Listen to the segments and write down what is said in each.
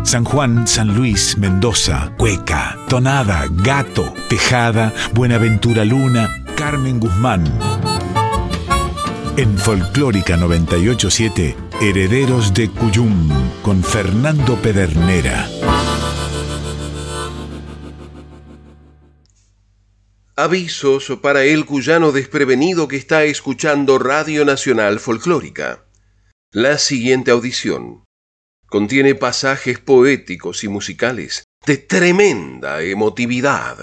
San Juan, San Luis, Mendoza, Cueca, Tonada, Gato, Tejada, Buenaventura Luna, Carmen Guzmán. En Folclórica 98.7, Herederos de Cuyum, con Fernando Pedernera. Avisos para el cuyano desprevenido que está escuchando Radio Nacional Folclórica. La siguiente audición contiene pasajes poéticos y musicales de tremenda emotividad.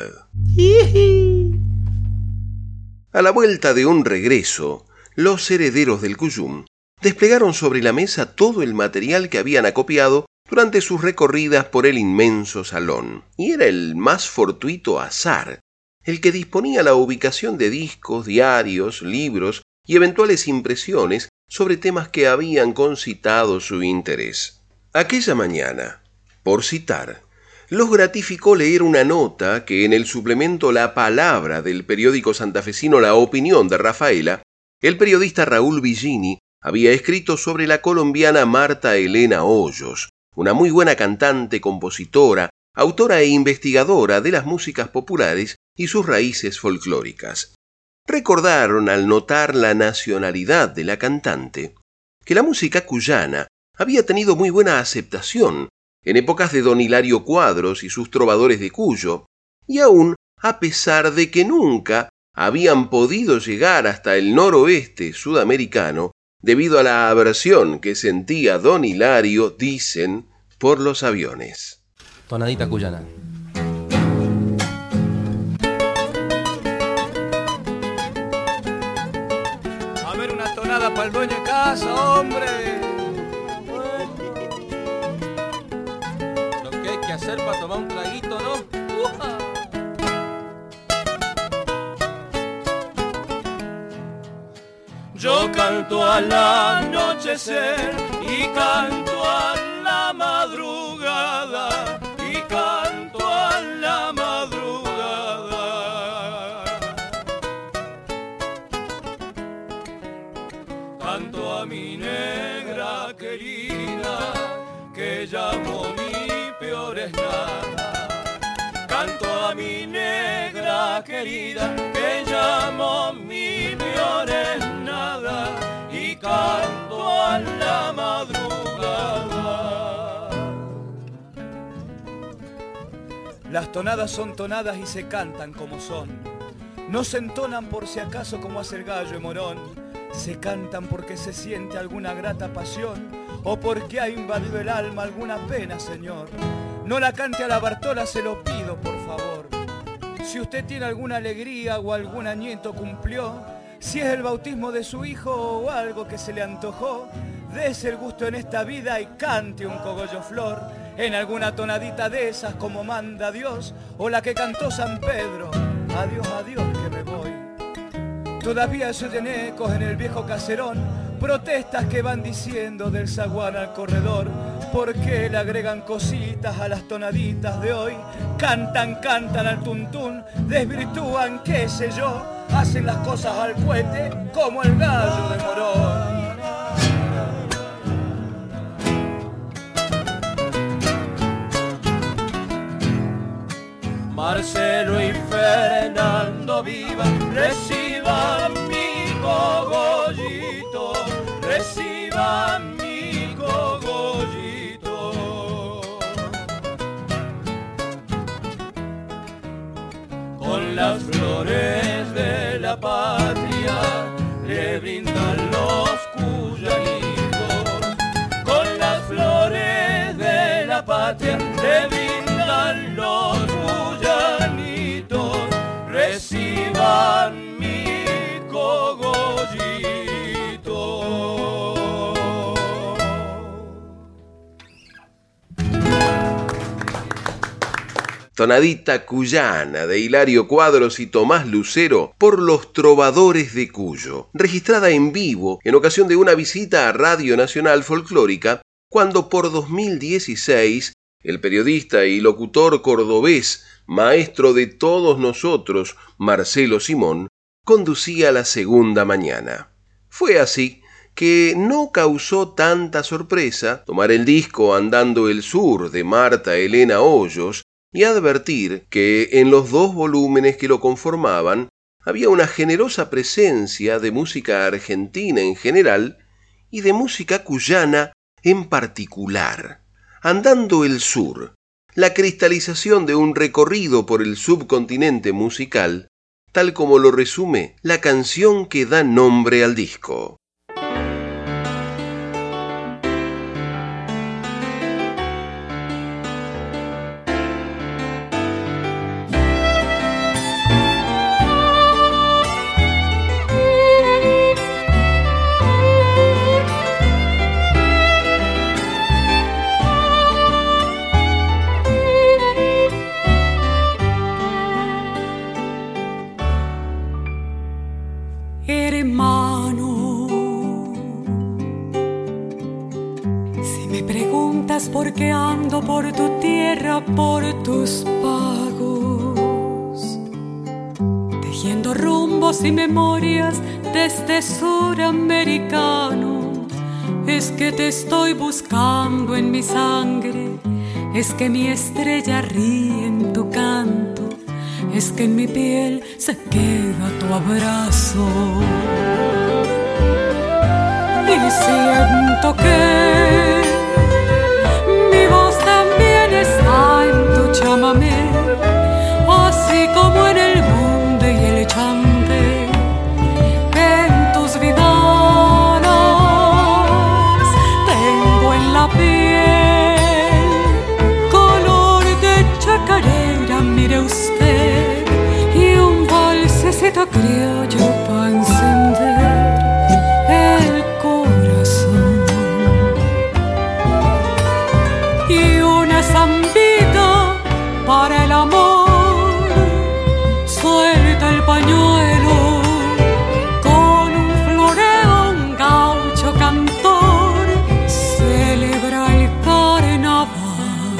A la vuelta de un regreso, los herederos del Cuyum desplegaron sobre la mesa todo el material que habían acopiado durante sus recorridas por el inmenso salón, y era el más fortuito azar el que disponía la ubicación de discos, diarios, libros y eventuales impresiones sobre temas que habían concitado su interés. Aquella mañana, por citar, los gratificó leer una nota que en el suplemento La Palabra del periódico santafesino La Opinión de Rafaela, el periodista Raúl Villini había escrito sobre la colombiana Marta Elena Hoyos, una muy buena cantante, compositora, autora e investigadora de las músicas populares y sus raíces folclóricas. Recordaron, al notar la nacionalidad de la cantante, que la música cuyana había tenido muy buena aceptación en épocas de don Hilario Cuadros y sus trovadores de Cuyo, y aún a pesar de que nunca habían podido llegar hasta el noroeste sudamericano debido a la aversión que sentía don Hilario, dicen, por los aviones. Tonadita cuyana. A ver, una tonada para el dueño de casa, hombre. Lo que hay que hacer para tomar un traguito, ¿no? ¡Uja! Yo canto al anochecer y canto a la madrugada, y canto a la madrugada. Canto a mi negra querida, que llamo mi peor es nada. Canto a mi negra querida, que llamo mi peor es nada, y canto a la madrugada. Las tonadas son tonadas y se cantan como son. No se entonan por si acaso como hace el gallo de Morón. Se cantan porque se siente alguna grata pasión o porque ha invadido el alma alguna pena, señor. No la cante a la Bartola, se lo pido, por favor. Si usted tiene alguna alegría o algún añito cumplió, si es el bautismo de su hijo o algo que se le antojó, dese el gusto en esta vida y cante un cogollo flor en alguna tonadita de esas como manda Dios, o la que cantó San Pedro, adiós, adiós que me voy. Todavía se oyen ecos en el viejo caserón, protestas que van diciendo del zaguán al corredor, porque le agregan cositas a las tonaditas de hoy. Cantan, cantan al tuntún, desvirtúan, qué sé yo, hacen las cosas al cohete como el gallo de Morón. Marcelo y Fernando vivan, reciban mi cogollito, reciban mi cogollito. Con las flores de la patria le brindan los cuyanitos. Con las flores de la patria le brindan los cuyanitos. Reciban mi cogollito. Tonadita cuyana de Hilario Cuadros y Tomás Lucero por los Trovadores de Cuyo, registrada en vivo en ocasión de una visita a Radio Nacional Folclórica, cuando por 2016 el periodista y locutor cordobés, maestro de todos nosotros, Marcelo Simón, conducía la segunda mañana. Fue así que no causó tanta sorpresa tomar el disco Andando el Sur de Marta Elena Hoyos y advertir que en los 2 volúmenes que lo conformaban había una generosa presencia de música argentina en general y de música cuyana en particular. Andando el Sur, la cristalización de un recorrido por el subcontinente musical, tal como lo resume la canción que da nombre al disco. Porque ando por tu tierra, por tus pagos, tejiendo rumbos y memorias desde suramericano. Es que te estoy buscando en mi sangre, es que mi estrella ríe en tu canto, es que en mi piel se queda tu abrazo. Y siento que está en tu chamamé, así como en el bunde y el chante, en tus vidalas tengo en la piel color de chacarera, mire usted, y un balsecito criollo para encender el corazón. Zambita para el amor, suelta el pañuelo con un floreo, un gaucho cantor celebra el carnaval.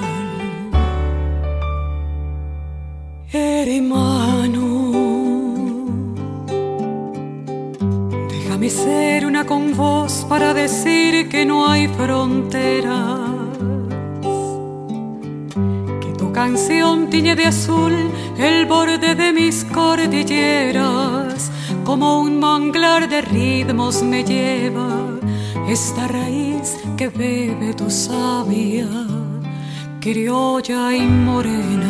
Hermano, déjame ser una con vos para decir que no hay frontera. Canción tiñe de azul el borde de mis cordilleras, como un manglar de ritmos me lleva esta raíz que bebe tu savia, criolla y morena.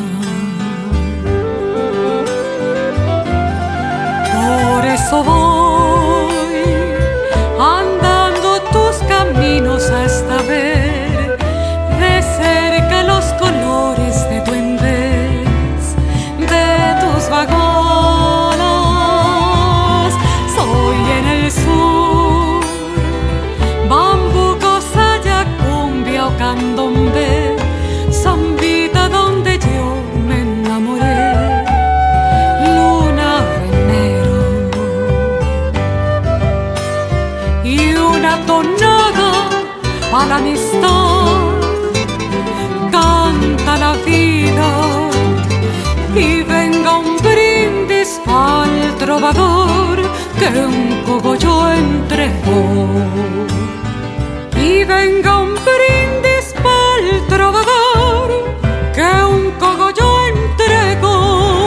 Por eso voy andando tus caminos hasta ver de cerca los colores de tu envés, de tus vagones. Soy en el sur, bambuco, saya, cumbia o candombe, zambita donde yo me enamoré, luna de enero. Y una tonada para la amistad, canta la vida y venga un brindis pa'l trovador que un cogollo entregó. Y venga un brindis pa'l trovador que un cogollo entregó.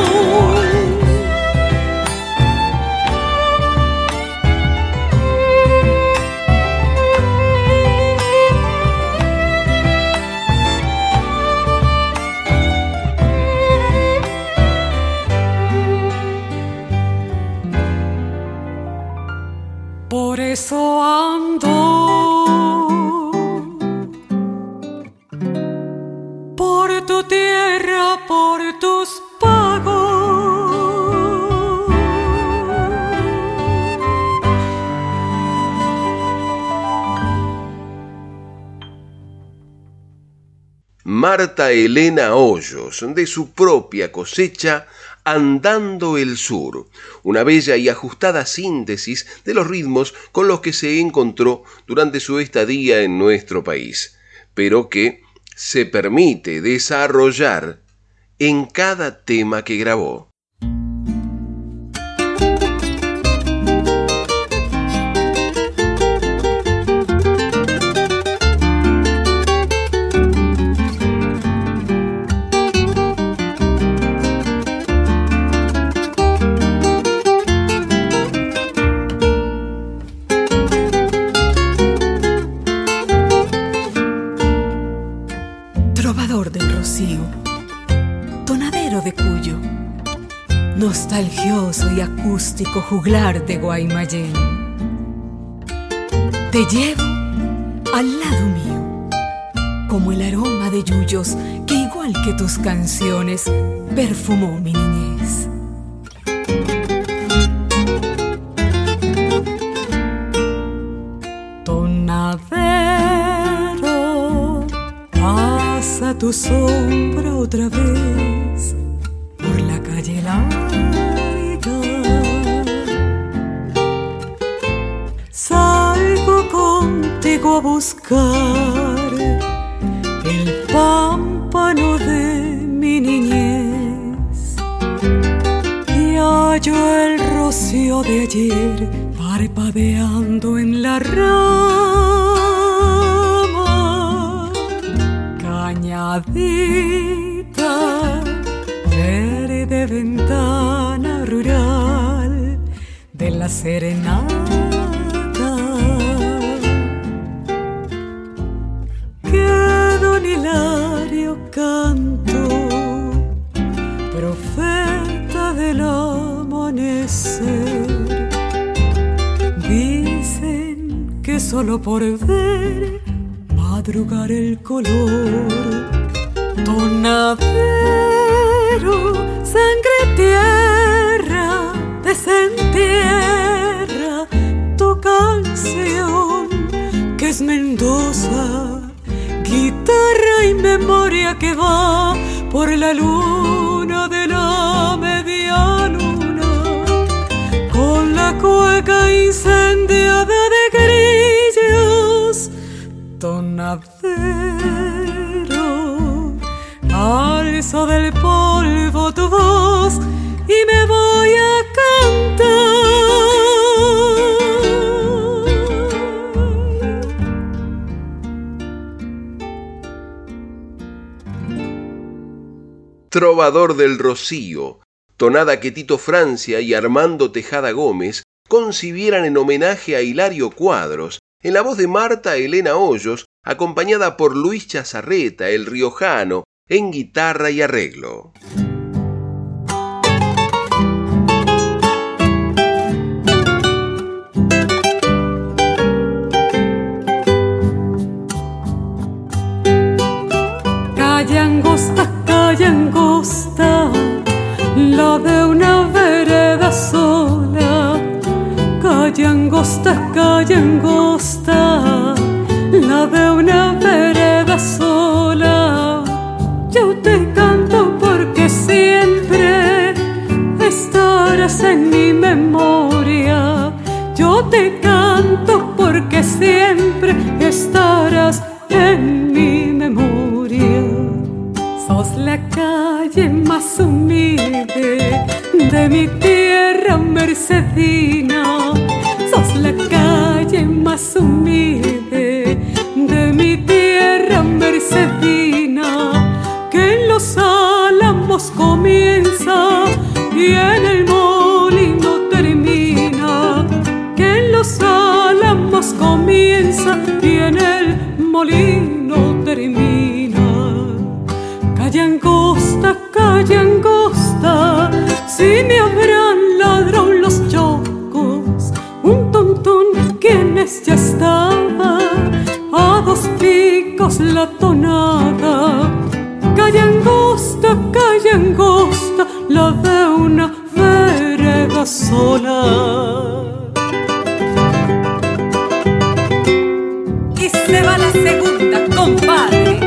Por eso ando por tu tierra, por tus pagos. Marta Elena Hoyos, de su propia cosecha, Andando el Sur, una bella y ajustada síntesis de los ritmos con los que se encontró durante su estadía en nuestro país, pero que se permite desarrollar en cada tema que grabó. trovador del Rocío, tonadero de Cuyo, nostalgioso y acústico juglar de Guaymallén. Te llevo al lado mío, como el aroma de yuyos que igual que tus canciones perfumó mi niñez. Tonadero, pasa tu sombra otra vez por la calle larga. Salgo contigo a buscar el pámpano de mi niñez y hallo el rocío de ayer parpadeando en la rama. Cañadita, verde ventana rural de la serenata. Quedo en hilario canto, profeta del amanecer. Dicen que solo por ver madrugar el color. Tonadero, sangre tierra, desentierra tu canción, que es Mendoza, guitarra y memoria que va por la luna de la media luna, con la cueca incendiada de grillos. Tonadero, alzo del polvo tu voz y me voy a cantar. Trovador del Rocío, tonada que Tito Francia y Armando Tejada Gómez concibieran en homenaje a Hilario Cuadros, en la voz de Marta Elena Hoyos, acompañada por Luis Chazarreta, el riojano, en guitarra y arreglo. Calle angosta, la de una vereda sola. Calle angosta, la de una vereda sola. Yo te canto porque siempre estarás en mi memoria. Yo te canto porque siempre estarás en mi memoria. Sos la calle más humilde de mi tierra mercedina. Sos la calle más humilde de mi tierra mercedina, que en los álamos comienza y en el molino termina. Que en los álamos comienza y en el molino termina. Calle angosta, si me habrán ladrado los chocos, un tontón quienes ya estaba a dos picos la tonada. Calle angosta, la de una vereda sola. Y se va la segunda, compadre.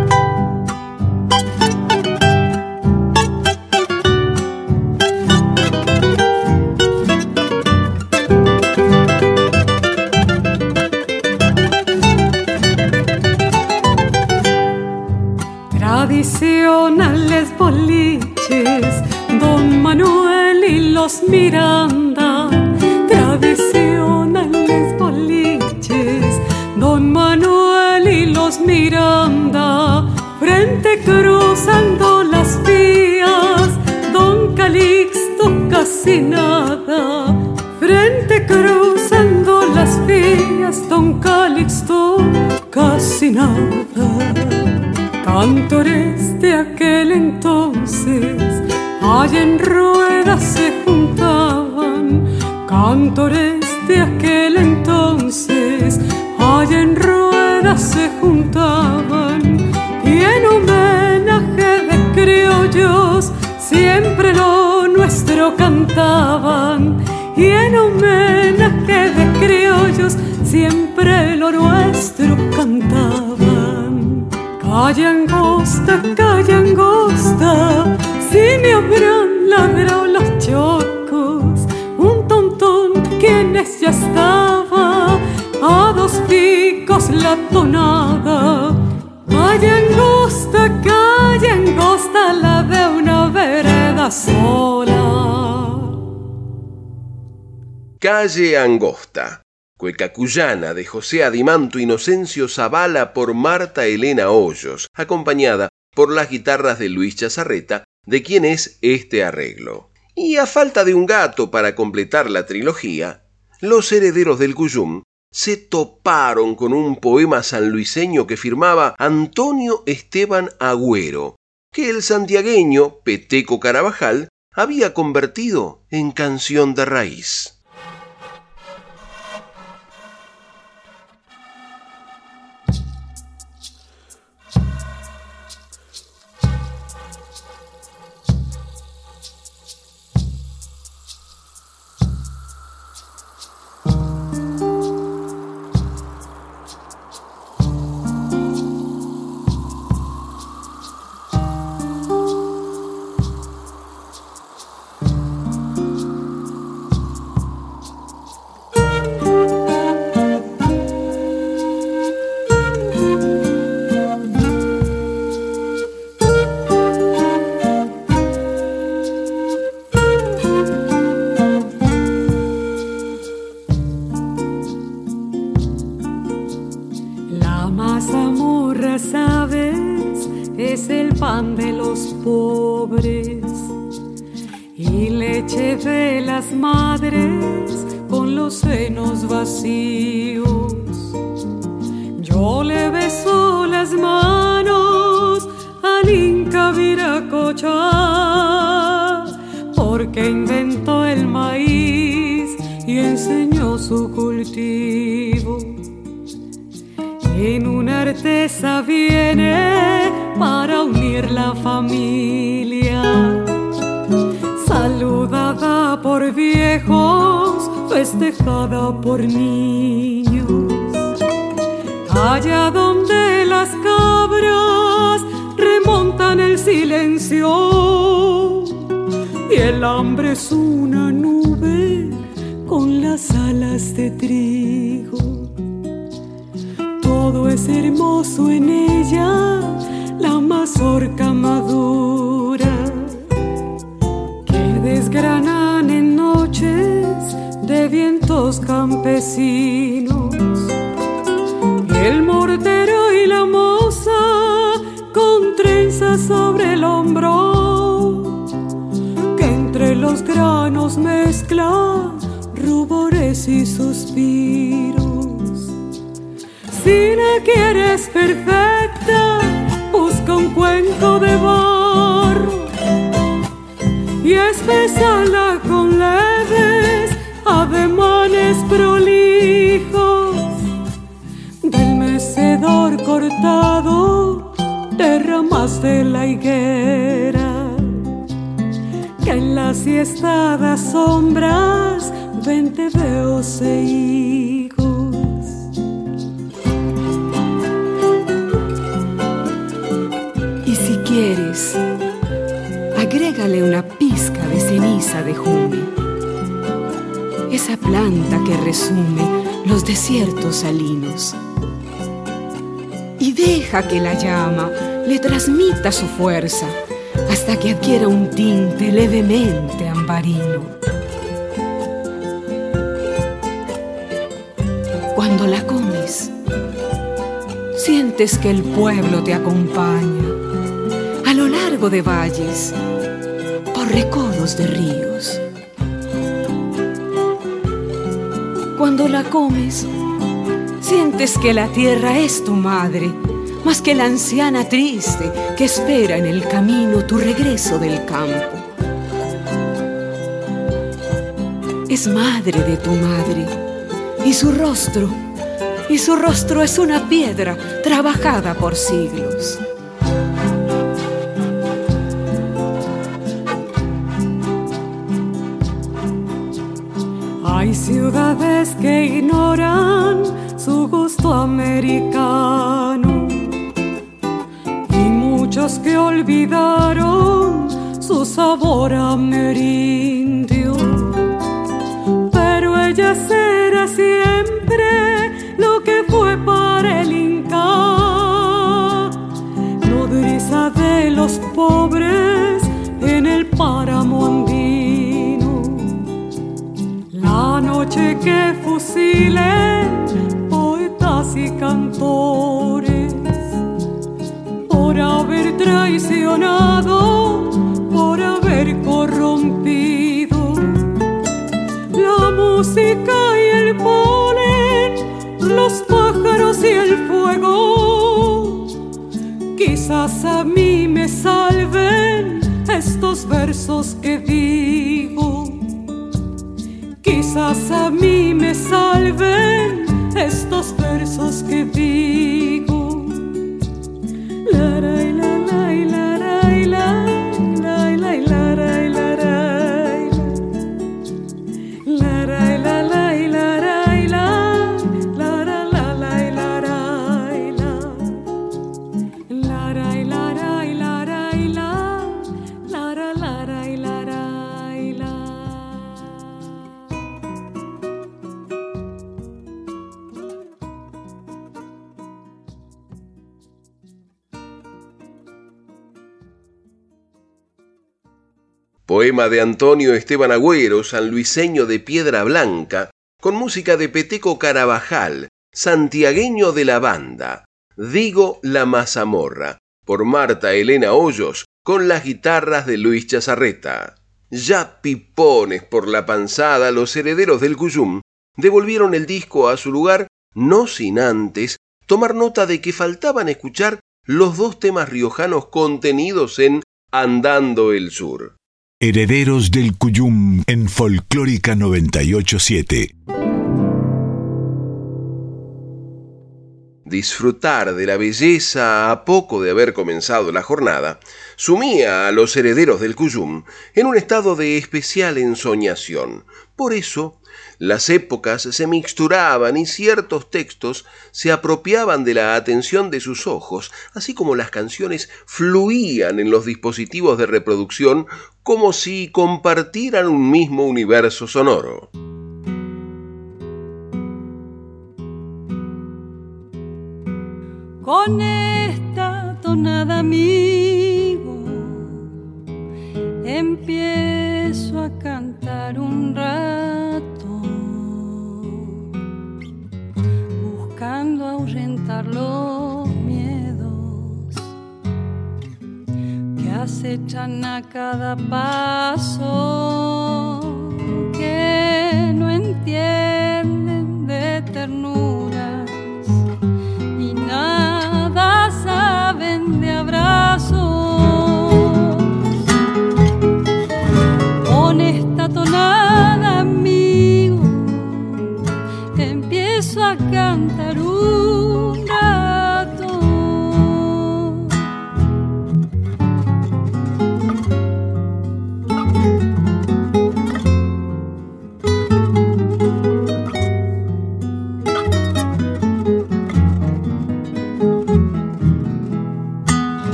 Tradicionales boliches, Don Manuel y los Miranda. Tradicionales boliches, Don Manuel y los Miranda. Frente cruzando las vías, Don Calixto casi nada. Frente cruzando las vías, Don Calixto casi nada. Cantores de aquel entonces, allá en ruedas se juntaban. Cantores de aquel entonces, allá en ruedas se juntaban. Y en homenaje de criollos, siempre lo nuestro cantaban. Y en homenaje de criollos, siempre lo nuestro cantaban. Calle angosta, si me habrán ladrado los chocos, un tontón quienes ya estaba, a dos picos la tonada. Calle angosta, la de una vereda sola. Calle Angosta, cueca cuyana de José Adimanto Inocencio Zavala por Marta Elena Hoyos, acompañada por las guitarras de Luis Chazarreta, de quien es este arreglo. Y a falta de un gato para completar la trilogía, los herederos del Cuyum se toparon con un poema sanluiseño que firmaba Antonio Esteban Agüero, que el santiagueño Peteco Carabajal había convertido en canción de raíz. Yo le beso las manos al Inca Viracocha, porque inventó el maíz y enseñó su cultivo. En una artesa viene para unir la familia, saludada por viejos, festejada por niños. Allá donde las cabras remontan el silencio y el hambre es una nube con las alas de trigo. Todo es hermoso en ella, la mazorca madura que desgranan en noches de vientos campesinos. El mortero y la moza con trenzas sobre el hombro, que entre los granos mezcla rubores y suspiros. Si la quieres perfecta, busca un cuenco de barro y espésala con leves ademanes prolijos. Del mecedor cortado de ramas de la higuera, que en las siestadas sombras 20 veos e higos. Y si quieres, agrégale una pizca de ceniza de jume, esa planta que resume los desiertos salinos, y deja que la llama le transmita su fuerza hasta que adquiera un tinte levemente ambarino. Cuando la comes, sientes que el pueblo te acompaña a lo largo de valles, por recodos de ríos. Cuando la comes, sientes que la tierra es tu madre, más que la anciana triste que espera en el camino tu regreso del campo. Es madre de tu madre, y su rostro es una piedra trabajada por siglos. Hay ciudades que ignoran su gusto americano y muchos que olvidaron su sabor amerindio. Pero ella será siempre lo que fue para el Inca, nodriza de los pobres en el páramo andino. La noche que fusilen poetas y cantores por haber traicionado, por haber corrompido la música y el polen, los pájaros y el fuego. Quizás a mí me salven estos versos que digo. Quizás a mí me salven estos versos que digo. La la la la la la la la la Poema de Antonio Esteban Agüero, sanluiseño de Piedra Blanca, con música de Peteco Carabajal, santiagueño de la banda. Digo la mazamorra, por Marta Elena Hoyos, con las guitarras de Luis Chazarreta. Ya pipones por la panzada, los herederos del Cuyum devolvieron el disco a su lugar, no sin antes tomar nota de que faltaban escuchar los dos temas riojanos contenidos en Andando el Sur. Herederos del Cuyum en Folclórica 98.7. Disfrutar de la belleza a poco de haber comenzado la jornada sumía a los herederos del Cuyum en un estado de especial ensoñación. Por eso, las épocas se mixturaban y ciertos textos se apropiaban de la atención de sus ojos, así como las canciones fluían en los dispositivos de reproducción como si compartieran un mismo universo sonoro. Con esta tonada, amigo, empiezo a cantar un rato, buscando ahuyentar los miedos que acechan a cada paso, que no entienden de ternuras y nada saben de abrazos. Con esta tonada, amigo, empiezo a cantar un rato.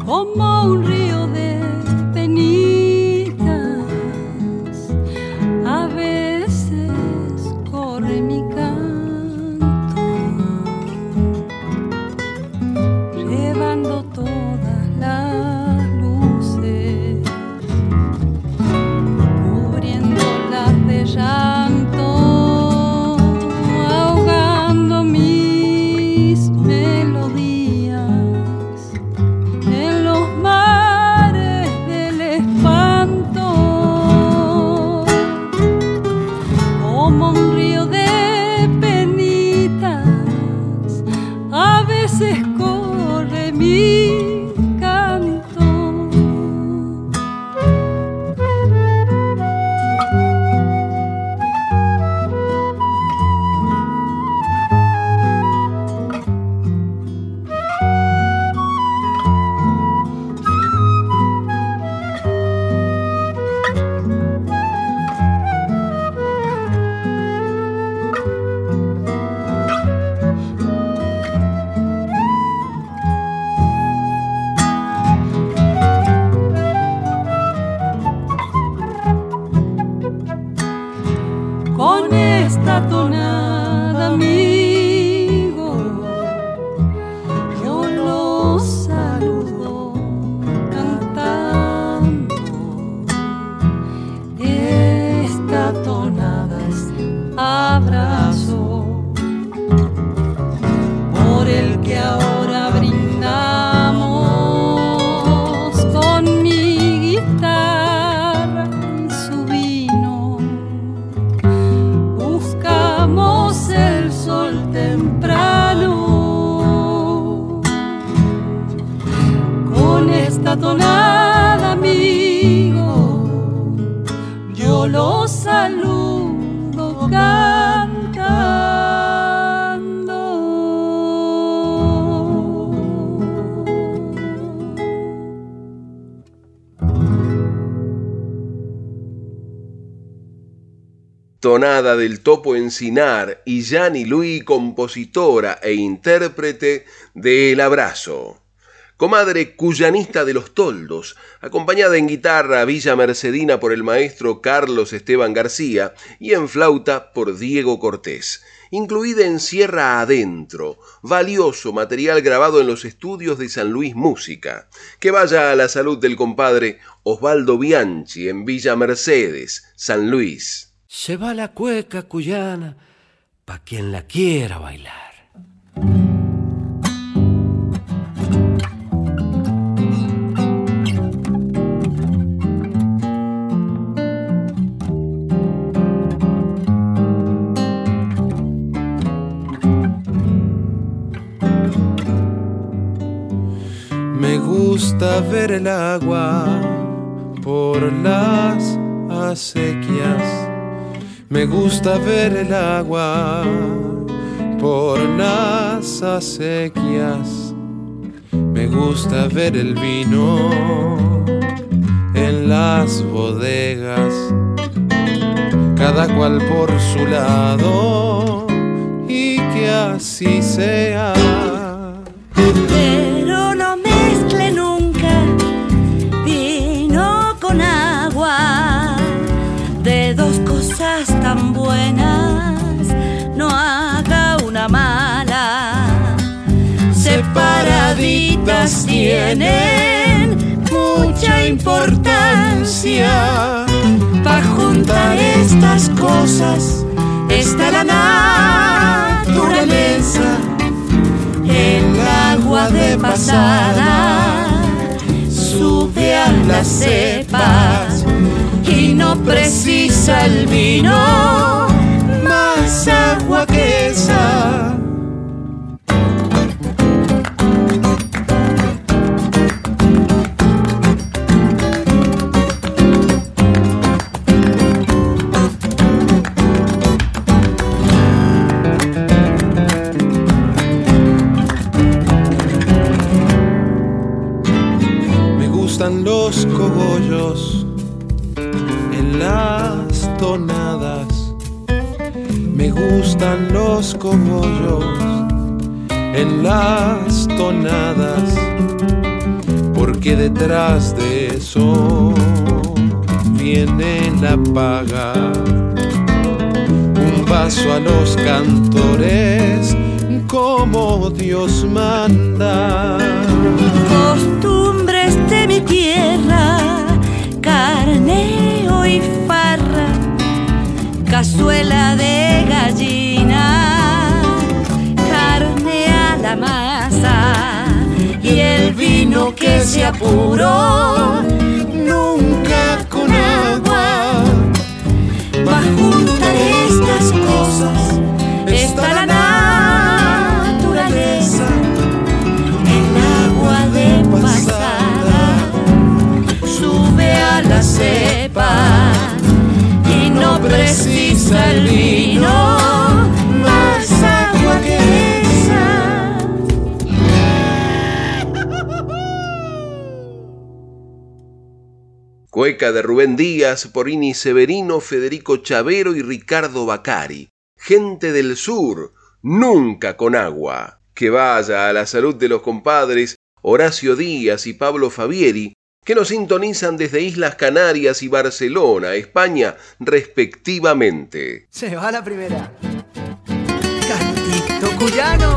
como un río de penitas. A veces corre mi canto, llevando todas las luces, cubriéndolas de llanto, ahogando mis melodías en los mares del espanto, como un río de penitas. A veces corre mi canto. Con esta tonada, amigo, yo los saludo cantando. Esta tonada es abrazo por el que ahora brindamos con mi guitarra y su vino. Buscamos el sol temprano. Con esta tonada, amigo, yo los saludo cantando. Tonada del Topo Encinar y Yani Luis, compositora e intérprete de El Abrazo. Comadre cuyanista de los Toldos, acompañada en guitarra Villa Mercedina por el maestro Carlos Esteban García y en flauta por Diego Cortés. Incluida en Sierra Adentro, valioso material grabado en los estudios de San Luis Música. Que vaya a la salud del compadre Osvaldo Bianchi en Villa Mercedes, San Luis. Se va la cueca cuyana pa' quien la quiera bailar. Me gusta ver el agua por las acequias. Me gusta ver el agua por las acequias. Me gusta ver el vino en las bodegas, cada cual por su lado, y que así sea. Pero no mezcle nunca vino con agua, de dos cosas tan buenas no haga una mala. Separaditas tienen mucha importancia. Pa' juntar estas cosas está la naturaleza. El agua de pasada sube a las cepas y no precisa el vino más agua que esa. Me gustan los cogollos en las tonadas. Me gustan los cogollos en las tonadas, porque que detrás de eso viene la paga. Un vaso a los cantores como Dios manda. Costumbres de mi tierra, carneo y farra, cazuela de gallina, carne a la masa y el vino que se apuró, nunca con agua. Va a juntar estas cosas, está la naturaleza, el agua de pasada sube a la cepa y no precisa el vino más agua que esa. Cueca de Rubén Díaz, Porrini Severino, Federico Chavero y Ricardo Bacari. Gente del sur, nunca con agua. Que vaya a la salud de los compadres Horacio Díaz y Pablo Fabieri, que nos sintonizan desde Islas Canarias y Barcelona, España, respectivamente. Se va la primera. Cantito cuyano.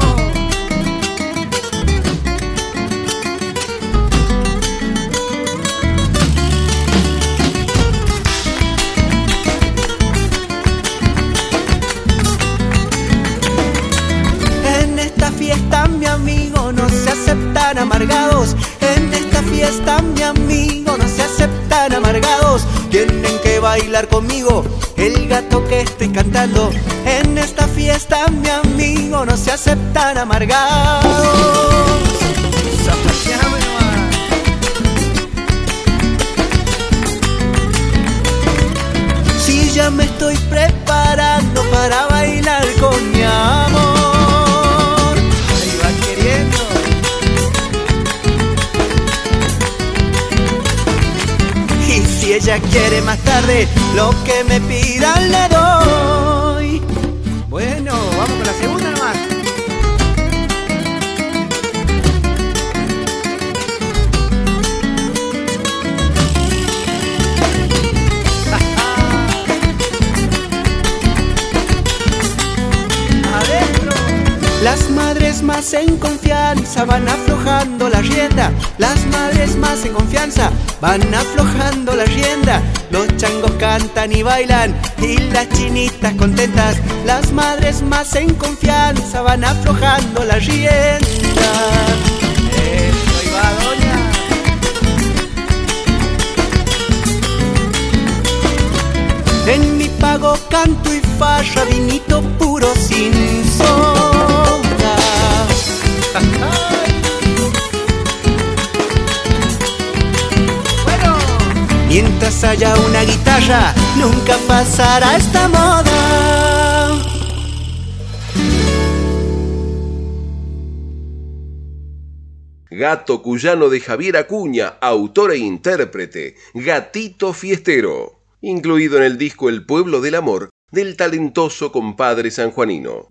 Fiesta, mi amigo, no se aceptan amargados. En esta fiesta, mi amigo, no se aceptan amargados. Tienen que bailar conmigo el gato que estoy cantando. En esta fiesta, mi amigo, no se aceptan amargados. Zapateame nomás. Si ya me estoy preparando para bailar con mi amor. Si ella quiere más tarde, lo que me pidan le doy. Bueno, vamos con la segunda nomás. Adentro. Las madres más en confianza van aflojando la rienda. Las madres más en confianza van aflojando la rienda. Los changos cantan y bailan y las chinitas contentas. Las madres más en confianza van aflojando la rienda. Eso iba, doña. En mi pago canto y farra, vinito puro sin soda. Mientras haya una guitarra, nunca pasará esta moda. Gato cuyano de Javier Acuña, autor e intérprete, Gatito Fiestero, incluido en el disco El Pueblo del Amor del talentoso compadre sanjuanino.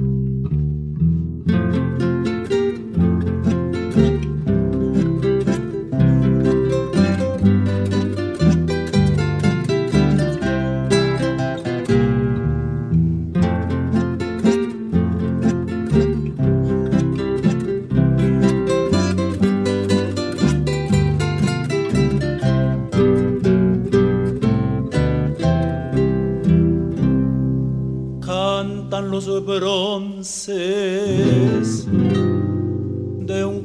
Los bronces de un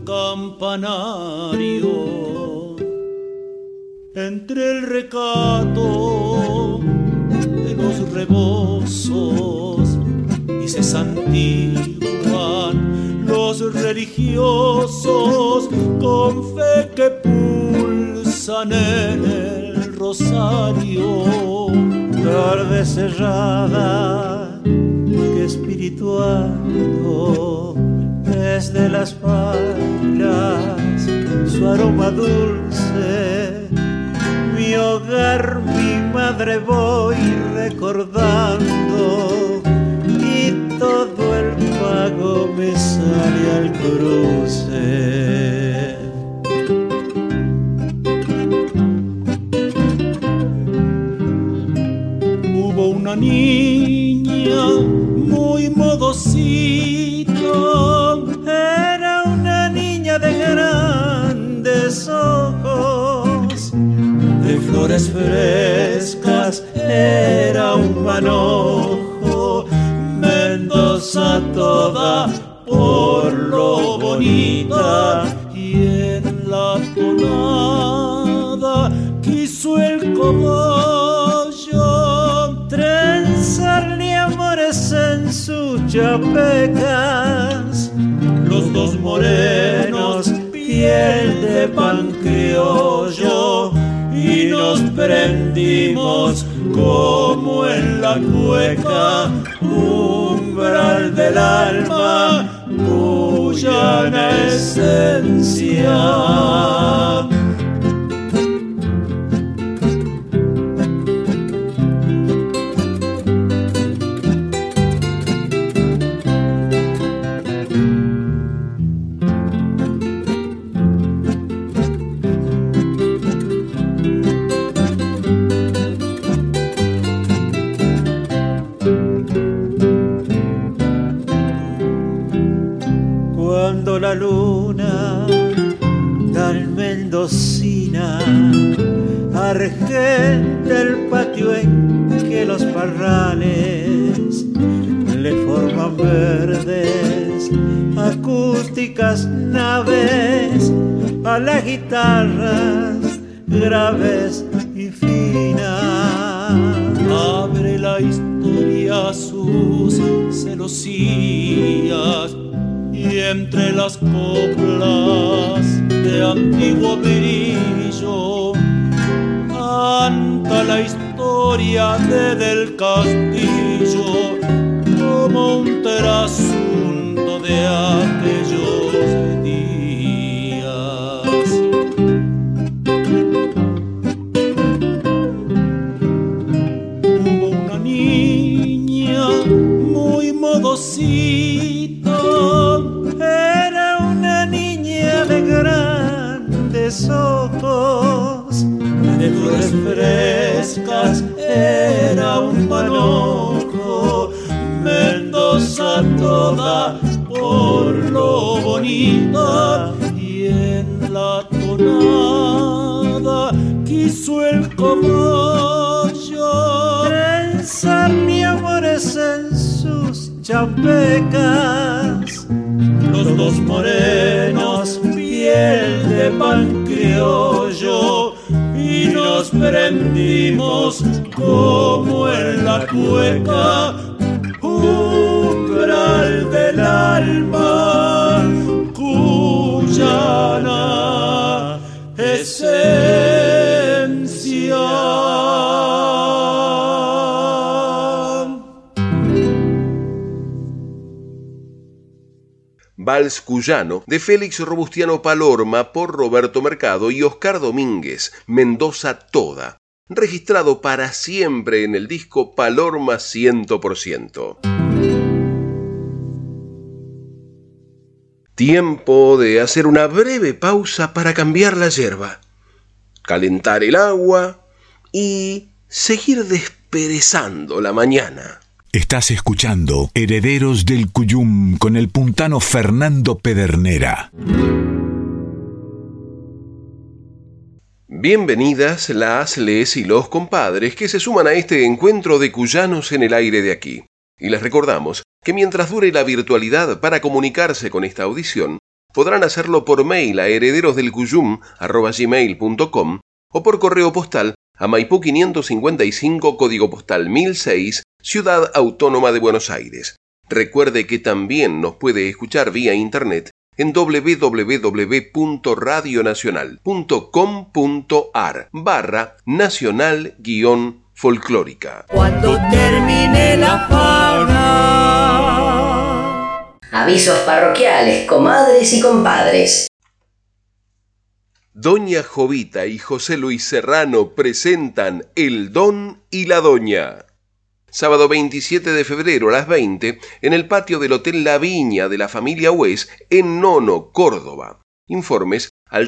campanario entre el recato de los rebozos y se santiguan los religiosos con fe que pulsan en el rosario. Tarde cerrada que espirituando desde las pailas su aroma dulce, mi hogar, mi madre voy recordando y todo el pago me sale al cruce. y en la tonada quiso el cogollo trenzarle amores en sus chapecas. Los dos morenos, piel de pan criollo, y nos prendimos como en la cueca, umbral del alma, cuyana esencia. La luna tan mendocina argenta el patio en que los parrales le forman verdes acústicas naves a las guitarras graves y finas. Abre la historia sus celosías y entre las coplas de antiguo brillo canta la historia del castillo como un trasunto de aquellos días. Hubo una niña muy modosita, era una niña de grandes ojos, de flores frescas, era un manojo. Mendoza toda por lo bonita, y en la tonada quiso el cogollo trenzar mi amores en sus chapecas. Los dos morenos, piel de pan criollo, y nos prendimos como en la cueca, umbral del alma, cuyana esencia. Vals Cuyano, de Félix Robustiano Palorma por Roberto Mercado y Oscar Domínguez, Mendoza Toda, registrado para siempre en el disco Palorma 100%. Tiempo de hacer una breve pausa para cambiar la yerba, calentar el agua y seguir desperezando la mañana. Estás escuchando Herederos del Cuyum con el puntano Fernando Pedernera. Bienvenidas las, les y los compadres que se suman a este encuentro de cuyanos en el aire de aquí. Y les recordamos que mientras dure la virtualidad para comunicarse con esta audición, podrán hacerlo por mail a herederosdelcuyum@gmail.com o por correo postal a Maipú 555, código postal 1006, Ciudad Autónoma de Buenos Aires. Recuerde que también nos puede escuchar vía internet en www.radionacional.com.ar/nacional-folclórica. Cuando termine la fauna. Avisos parroquiales, comadres y compadres. Doña Jovita y José Luis Serrano presentan El Don y la Doña. Sábado 27 de febrero a las 20 en el patio del Hotel La Viña de la familia Hues en Nono, Córdoba. Informes al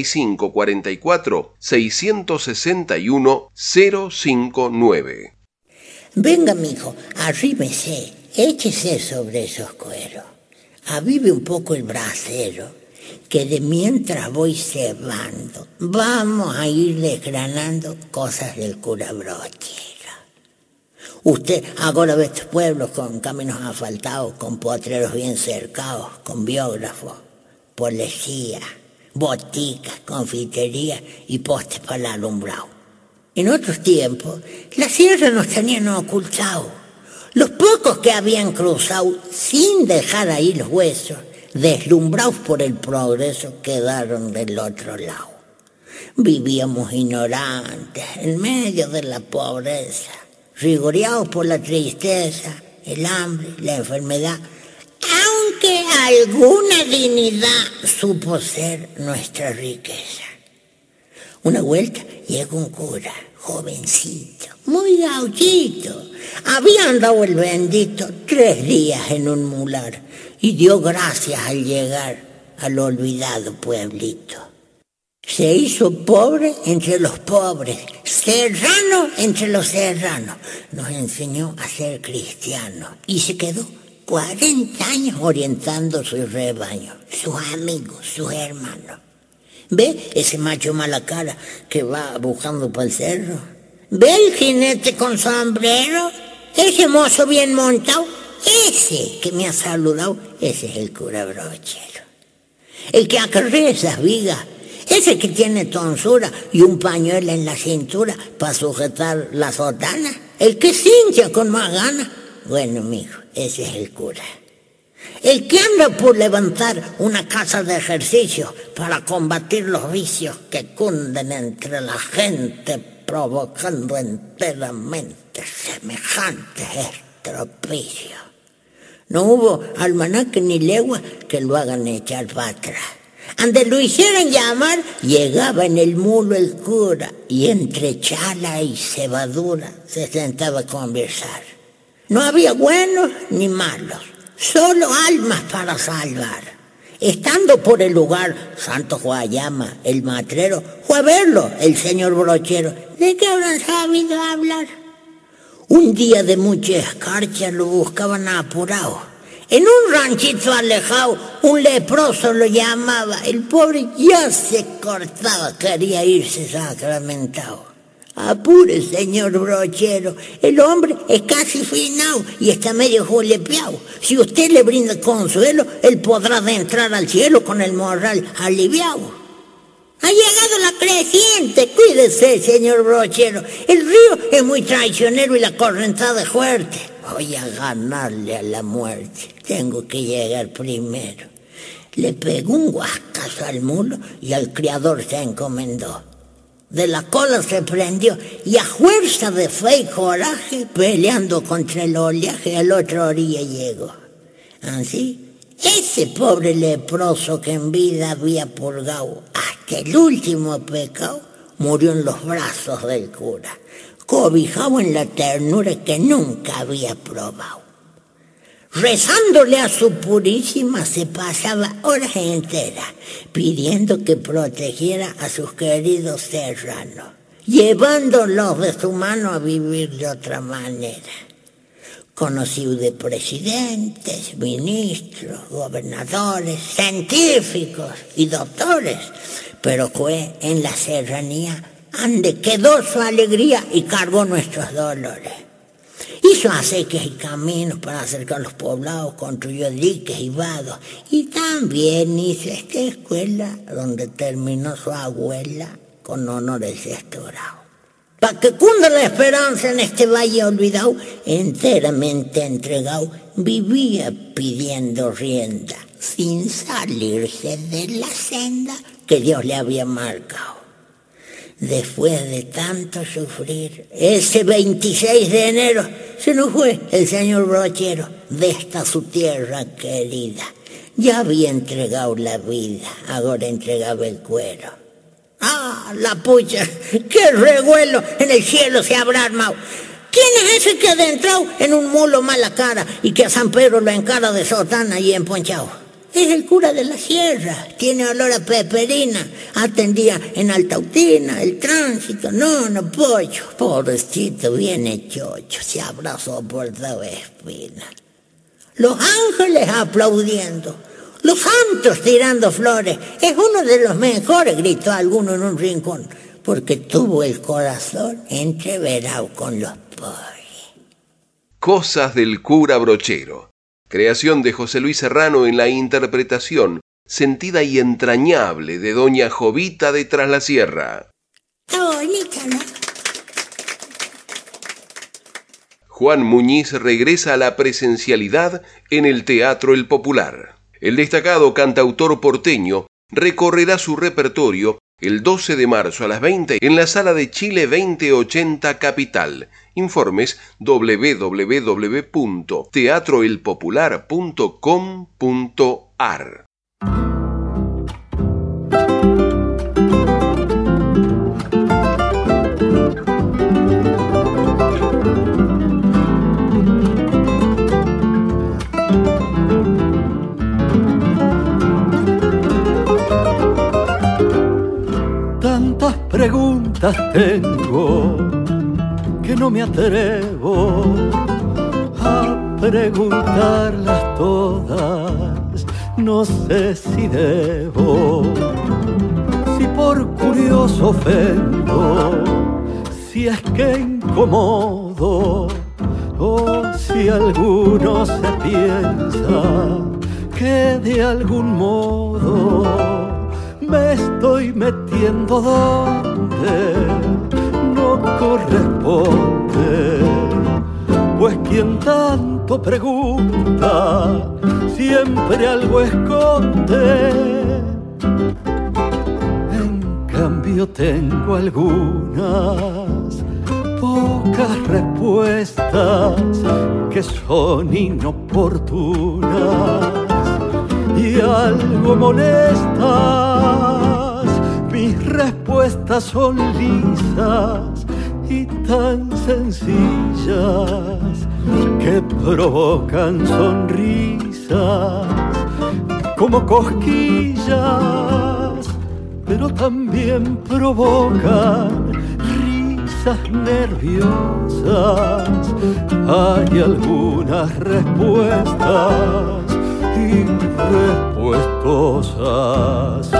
3544-661-059. Venga, mijo, arrímese, échese sobre esos cueros. Avive un poco el brasero, que de mientras voy cebando, vamos a ir desgranando cosas del cura Brochera. Usted ahora ve estos pueblos con caminos asfaltados, con potreros bien cercados, con biógrafos, policía, boticas, confiterías y postes para el alumbrado. En otros tiempos, la sierra nos tenían ocultados. Los pocos que habían cruzado sin dejar ahí los huesos, deslumbrados por el progreso, quedaron del otro lado. Vivíamos ignorantes, en medio de la pobreza, rigoreados por la tristeza, el hambre, la enfermedad, aunque alguna dignidad supo ser nuestra riqueza. Una vuelta llegó un cura, jovencito, muy gauchito. Había andado el bendito 3 días en un mular y dio gracias al llegar al olvidado pueblito. Se hizo pobre entre los pobres, serrano entre los serranos. Nos enseñó a ser cristianos y se quedó 40 años orientando su rebaño, sus amigos, sus hermanos. ¿Ve ese macho mala cara que va buscando para el cerro? ¿Ve el jinete con sombrero? Ese mozo bien montado, ese que me ha saludado, ese es el cura Brochero. El que acarrea esas vigas, ese que tiene tonsura y un pañuelo en la cintura para sujetar la sotana, el que se hincha con más ganas. Bueno, mijo, ese es el cura. El que anda por levantar una casa de ejercicio para combatir los vicios que cunden entre la gente, provocando enteramente semejantes estropicios. No hubo almanaque ni legua que lo hagan echar para atrás. Ande lo hicieran llamar, llegaba en el mulo el cura y entre chala y cebadura se sentaba a conversar. No había buenos ni malos, solo almas para salvar. Estando por el lugar, Santo Guayama, el matrero, fue a verlo el señor Brochero. ¿De qué habrán sabido hablar? Un día de mucha escarcha lo buscaban apurado. En un ranchito alejado, un leproso lo llamaba. El pobre ya se cortaba, quería irse sacramentado. Apure, señor Brochero, el hombre es casi finado y está medio julepeado. Si usted le brinda consuelo, él podrá entrar al cielo con el morral aliviado. Ha llegado la creciente, cuídese, señor Brochero. El río es muy traicionero y la correntada es fuerte. Voy a ganarle a la muerte, tengo que llegar primero. Le pegó un guascazo al mulo y al criador se encomendó. De la cola se prendió y a fuerza de fe y coraje, peleando contra el oleaje, a la otra orilla llegó. Así, ese pobre leproso que en vida había purgado hasta el último pecado, murió en los brazos del cura, cobijado en la ternura que nunca había probado. Rezándole a su purísima se pasaba horas enteras pidiendo que protegiera a sus queridos serranos, llevándolos de su mano a vivir de otra manera. Conocido de presidentes, ministros, gobernadores, científicos y doctores, pero fue en la serranía ande quedó su alegría y cargó nuestros dolores. Hizo acequias y caminos para acercar los poblados, construyó diques y vados, y también hizo esta escuela donde terminó su abuela con honores de doctorado. Para que cunda la esperanza en este valle olvidado, enteramente entregado, vivía pidiendo rienda, sin salirse de la senda que Dios le había marcado. Después de tanto sufrir, ese 26 de enero se nos fue el señor Brochero de esta su tierra querida. Ya había entregado la vida, ahora entregaba el cuero. ¡Ah, la pucha! ¡Qué revuelo en el cielo se habrá armado! ¿Quién es ese que ha adentrado en un mulo mala cara y que a San Pedro lo encara de sotana y emponchado? Es el cura de la sierra, tiene olor a peperina, atendía en Altautina, el tránsito, no, pollo. Pobrecito, viene chocho, se habrá soportado espina. Los ángeles aplaudiendo, los santos tirando flores, es uno de los mejores, gritó alguno en un rincón, porque tuvo el corazón entreverado con los pobres. Cosas del cura Brochero. Creación de José Luis Serrano en la interpretación sentida y entrañable de doña Jovita de Traslasierra. Juan Muñiz regresa a la presencialidad en el Teatro El Popular. El destacado cantautor porteño recorrerá su repertorio el 12 de marzo a las 20 en la Sala de Chile 2080 Capital. Informes www.teatroelpopular.com.ar. Tantas preguntas tengo que no me atrevo a preguntarlas todas. No sé si debo, si por curioso ofendo, si es que incomodo, o si alguno se piensa que de algún modo me estoy metiendo donde no corresponde. Pues quien tanto pregunta siempre algo esconde. En cambio tengo algunas pocas respuestas que son inoportunas y algo molestas. Mis respuestas son lisas y tan sencillas que provocan sonrisas como cosquillas, pero también provocan risas nerviosas. Hay algunas respuestas irrespuestosas.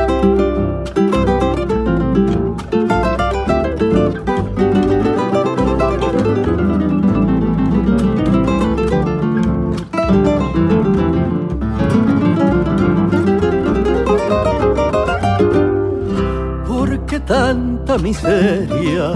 ¿Por qué tanta miseria,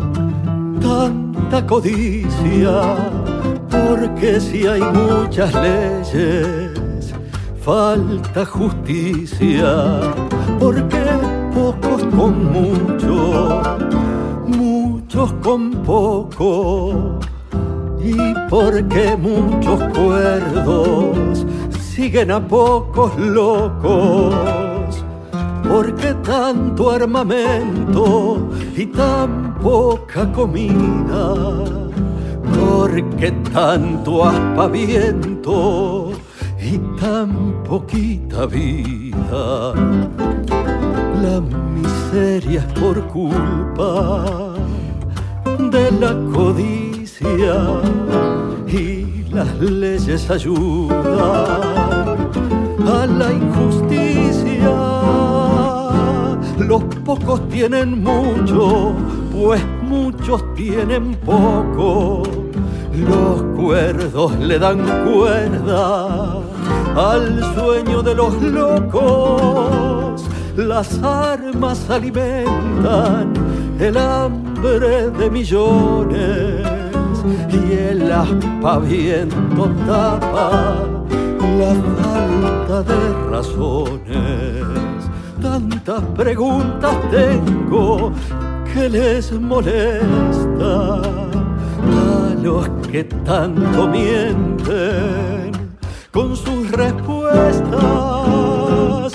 tanta codicia? Porque si hay muchas leyes, falta justicia. Porque pocos con mucho, muchos con poco, y porque muchos cuerdos siguen a pocos locos. Porque tanto armamento y tan poca comida. Porque tanto aspaviento y tan poquita vida. La miseria es por culpa de la codicia y las leyes ayudan a la injusticia. Los pocos tienen mucho, pues muchos tienen poco. Los cuerdos le dan cuerda al sueño de los locos. Las armas alimentan el hambre de millones y el aspaviento tapa la falta de razones. Tantas preguntas tengo que les molesta a los que tanto mienten con sus respuestas.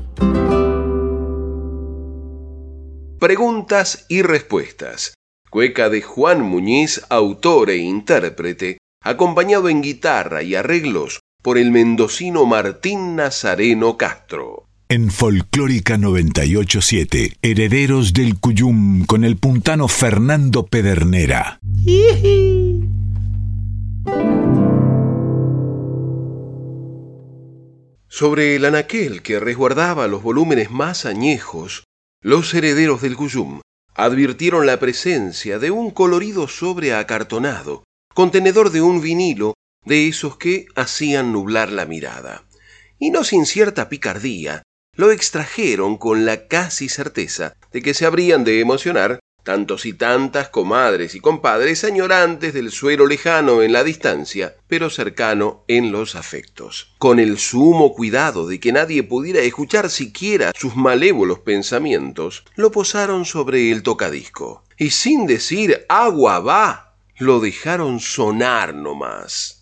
Preguntas y respuestas. Cueca de Juan Muñiz, autor e intérprete, acompañado en guitarra y arreglos por el mendocino Martín Nazareno Castro. En Folclórica 98.7, Herederos del Cuyum con el puntano Fernando Pedernera. Sobre el anaquel que resguardaba los volúmenes más añejos, los Herederos del Cuyum advirtieron la presencia de un colorido sobre acartonado, contenedor de un vinilo de esos que hacían nublar la mirada. Y no sin cierta picardía, lo extrajeron con la casi certeza de que se habrían de emocionar tantos y tantas comadres y compadres añorantes del suero lejano en la distancia, pero cercano en los afectos. Con el sumo cuidado de que nadie pudiera escuchar siquiera sus malévolos pensamientos, lo posaron sobre el tocadisco y sin decir agua va, lo dejaron sonar nomás.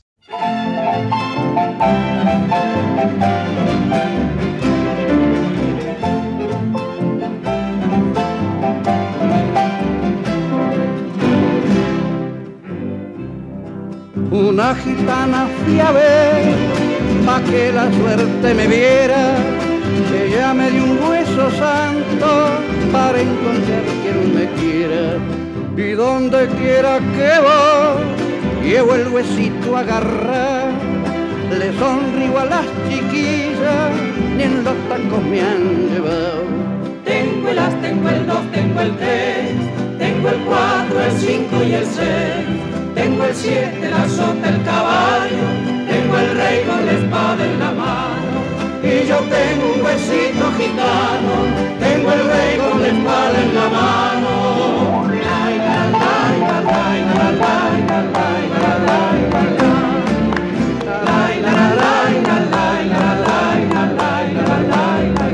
Una gitana fui a ver, pa' que la suerte me viera. Ella me dio un hueso santo para encontrar quien me quiera. Y donde quiera que voy, llevo el huesito agarrar. Le sonrío a las chiquillas, ni en los tacos me han llevado. Tengo el as, tengo el 2, tengo el 3, tengo el 4, el 5 y el 6. Tengo el 7, la sota, el caballo, tengo el rey con la espada en la mano. Y yo tengo un huesito gitano, tengo el rey con la espada en la mano. Lai, la, lai, la, lai, la, lai, la, lai, la, lai, la, lai, la, lai, la, lai, la, lai, la, lai, la, lai, la,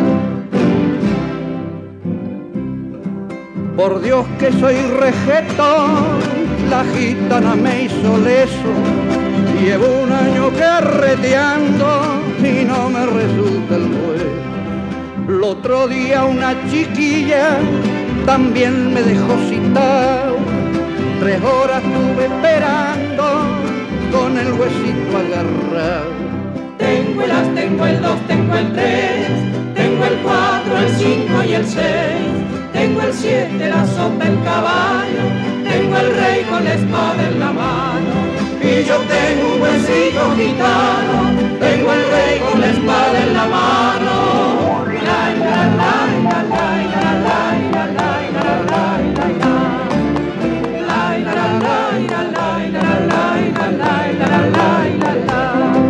lai. Por Dios que soy rejetón, la gitana me hizo leso. Llevo un año carreteando y no me resulta el juez. El otro día una chiquilla también me dejó citado. 3 horas estuve esperando con el huesito agarrado. Tengo el as, tengo el 2, tengo el 3, tengo el 4, el 5 y el 6. Tengo el 7, la sopa, el caballo, tengo el rey con la espada en la mano. Y yo tengo un huesito gitano, tengo el rey con la espada en la mano. Lai, la, lai, la, lai, la, lai, la, lai, la, lai, la, lai, la, lai, la, lai, la, lai, la, lai, la, lai, la, lai.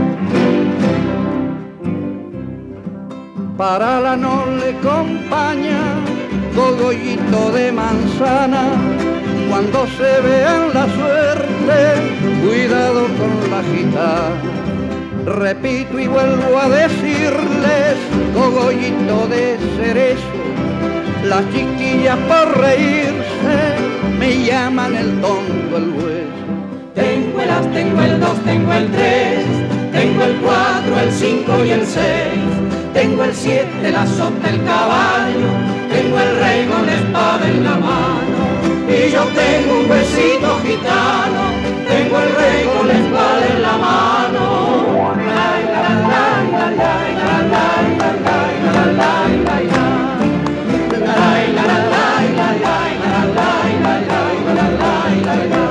Para la no le acompaña cogollito de manzana. Cuando se vean la suerte, cuidado con la gitana. Repito y vuelvo a decirles, cogollito de cerezo. Las chiquillas por reírse me llaman el tonto el hueso. Tengo el as, tengo el 2, tengo el 3, tengo el 4, el 5 y el 6. Tengo el 7, la sota, el caballo, tengo el rey con la espada en la mano. Y yo tengo un huesito gitano, tengo el rey con la espada en la mano. Lai, la, lai, la, lai, la, lai, la, lai, la, lai, la, lai. Lai, la, lai, la, lai, la, lai, la, lai, la, lai, la, lai.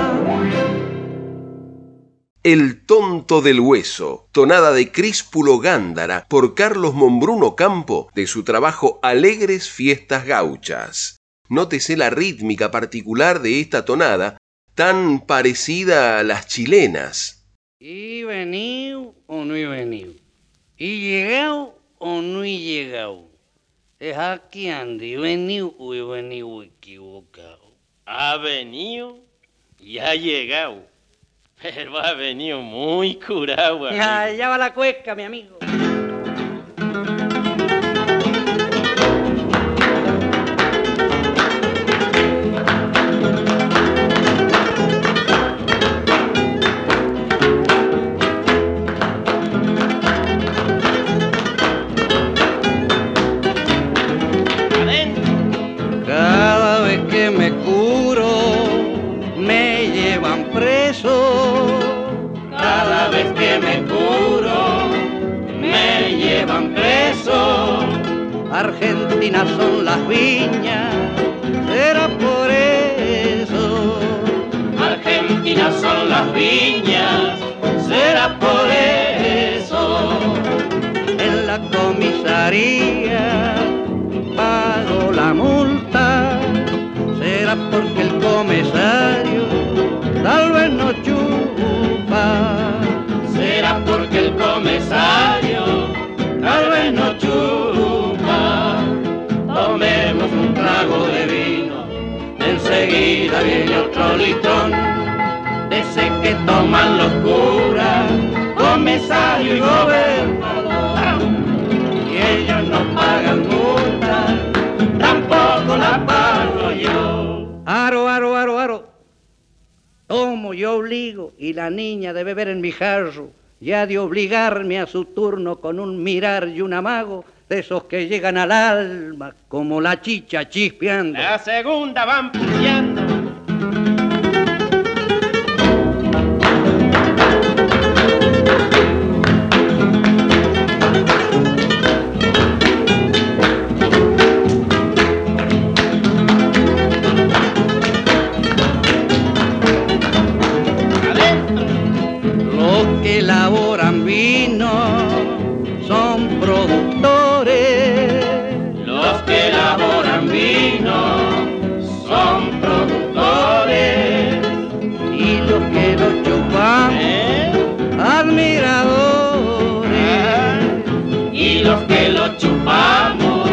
El tonto del hueso, tonada de Críspulo Gándara por Carlos Monbruno Campo de su trabajo Alegres Fiestas Gauchas. Nótese la rítmica particular de esta tonada, tan parecida a las chilenas. ¿Y venido o no he venido? ¿Y llegado o no he llegado? Es aquí ande, ¿he venido o he venido equivocado? Ha venido y ha llegado, pero ha venido muy curado, amigo. Allá va la cueca, mi amigo. Cada vez que me curo, me llevan preso. Cada vez que me curo, me llevan preso. Argentina son las viñas, será por eso. Argentina son las viñas, será por eso. En la comisaría pago la multa, será porque el comisario tal vez no chupa. Será porque el comisario tal vez no chupa. enseguida viene otro litrón, de ese que toman los curas, comisario y gobernador, y ellos no pagan multa, tampoco la pago yo. Aro, aro, aro, aro. Tomo, yo obligo, y la niña de beber en mi jarro, ya de obligarme a su turno con un mirar y un amago, de esos que llegan al alma como la chicha chispeando. La segunda van peleando. Los que elaboran vino son productores. Los que elaboran vino son productores. Y los que lo chupan, admiradores. Y los que lo chupamos,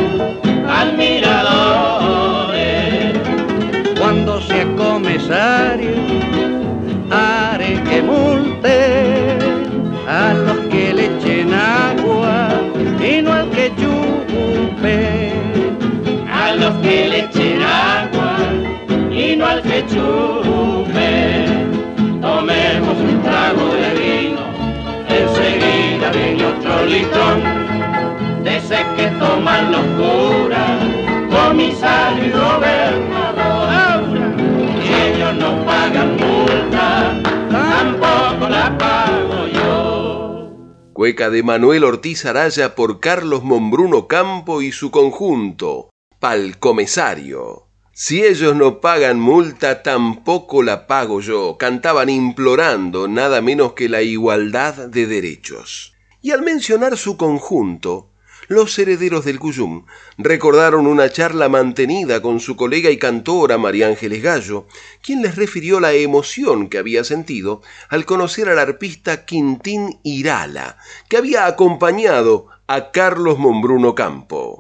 admiradores. Cuando sea comisario, haré que multe a los que le echen agua y no al que chupe. A los que le echen agua y no al que chupe. Tomemos un trago de vino, enseguida viene otro litrón, de ese que toman los curas, comisario y gobernador, y ellos no pagan multa, tampoco la pago yo. Cueca de Manuel Ortiz Araya por Carlos Monbruno Campo y su conjunto, Pal Comisario. Si ellos no pagan multa, tampoco la pago yo, cantaban implorando nada menos que la igualdad de derechos. Y al mencionar su conjunto, los herederos del Cuyum recordaron una charla mantenida con su colega y cantora María Ángeles Gallo, quien les refirió la emoción que había sentido al conocer al arpista Quintín Irala, que había acompañado a Carlos Monbruno Campo.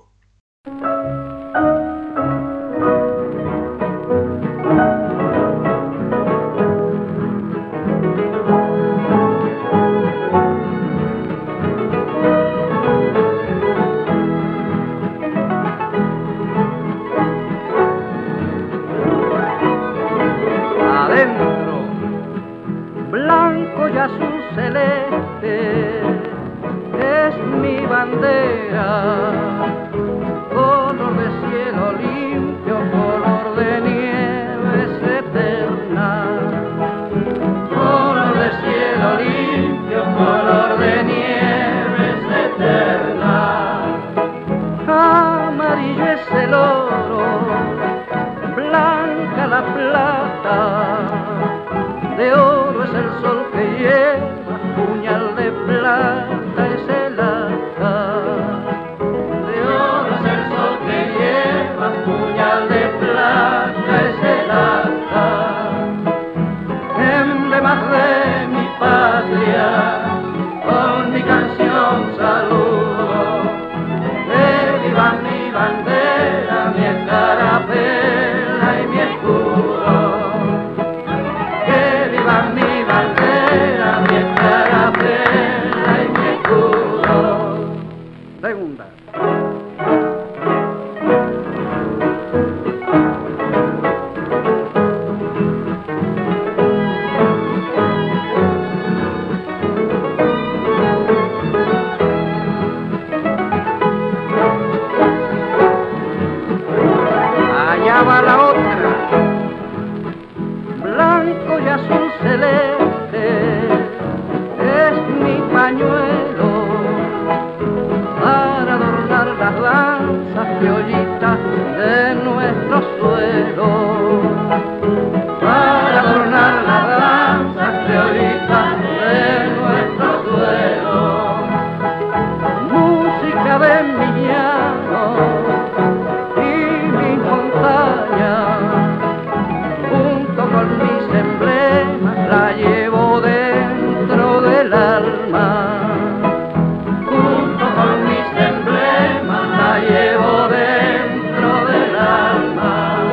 Blanco y azul celeste es mi bandera, color de cielo limpio, color de nieves eterna, color de cielo limpio, color de nieves eterna. Amarillo es el oro, blanca la plata, de oro es el sol que lleva, puñal de plata es el asta. De oro es el sol que lleva, puñal de plata es el asta. Emblemas de mi patria, con mi canción saludo, que viva mi bandera, mi escarapela y mi escudo. Mi bandera, mi escarapela y mi escudo. Segunda. Allá va la otra. Blanco y azul celeste es mi pañuelo para adornar las danzas criollitas de nuestro suelo, para adornar las danzas criollitas de nuestro suelo. Música de mi llano y mi montaña, con mis emblemas la llevo dentro del alma, junto con mis emblemas la llevo dentro del alma.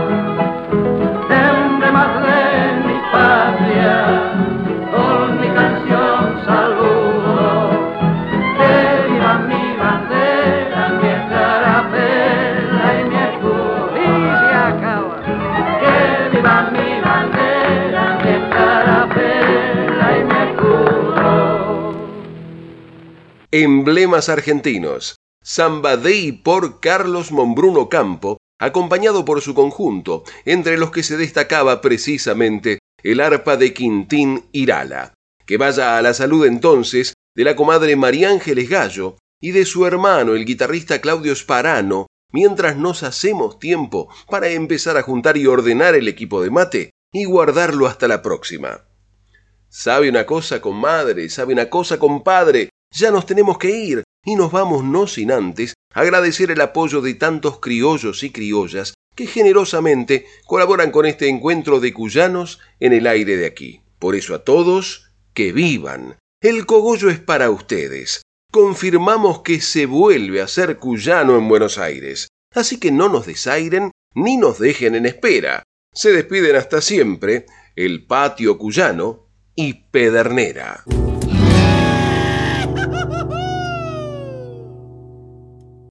Emblemas argentinos. Samba Dei por Carlos Monbruno Campo, acompañado por su conjunto, entre los que se destacaba precisamente el arpa de Quintín Irala. Que vaya a la salud entonces de la comadre María Ángeles Gallo y de su hermano, el guitarrista Claudio Sparano, mientras nos hacemos tiempo para empezar a juntar y ordenar el equipo de mate y guardarlo hasta la próxima. ¿Sabe una cosa, comadre? ¿Sabe una cosa, compadre? Ya nos tenemos que ir y nos vamos no sin antes agradecer el apoyo de tantos criollos y criollas que generosamente colaboran con este encuentro de cuyanos en el aire de aquí. Por eso a todos, que vivan. El cogollo es para ustedes. Confirmamos que se vuelve a ser cuyano en Buenos Aires. Así que no nos desairen ni nos dejen en espera. Se despiden hasta siempre el Patio Cuyano y Pedernera.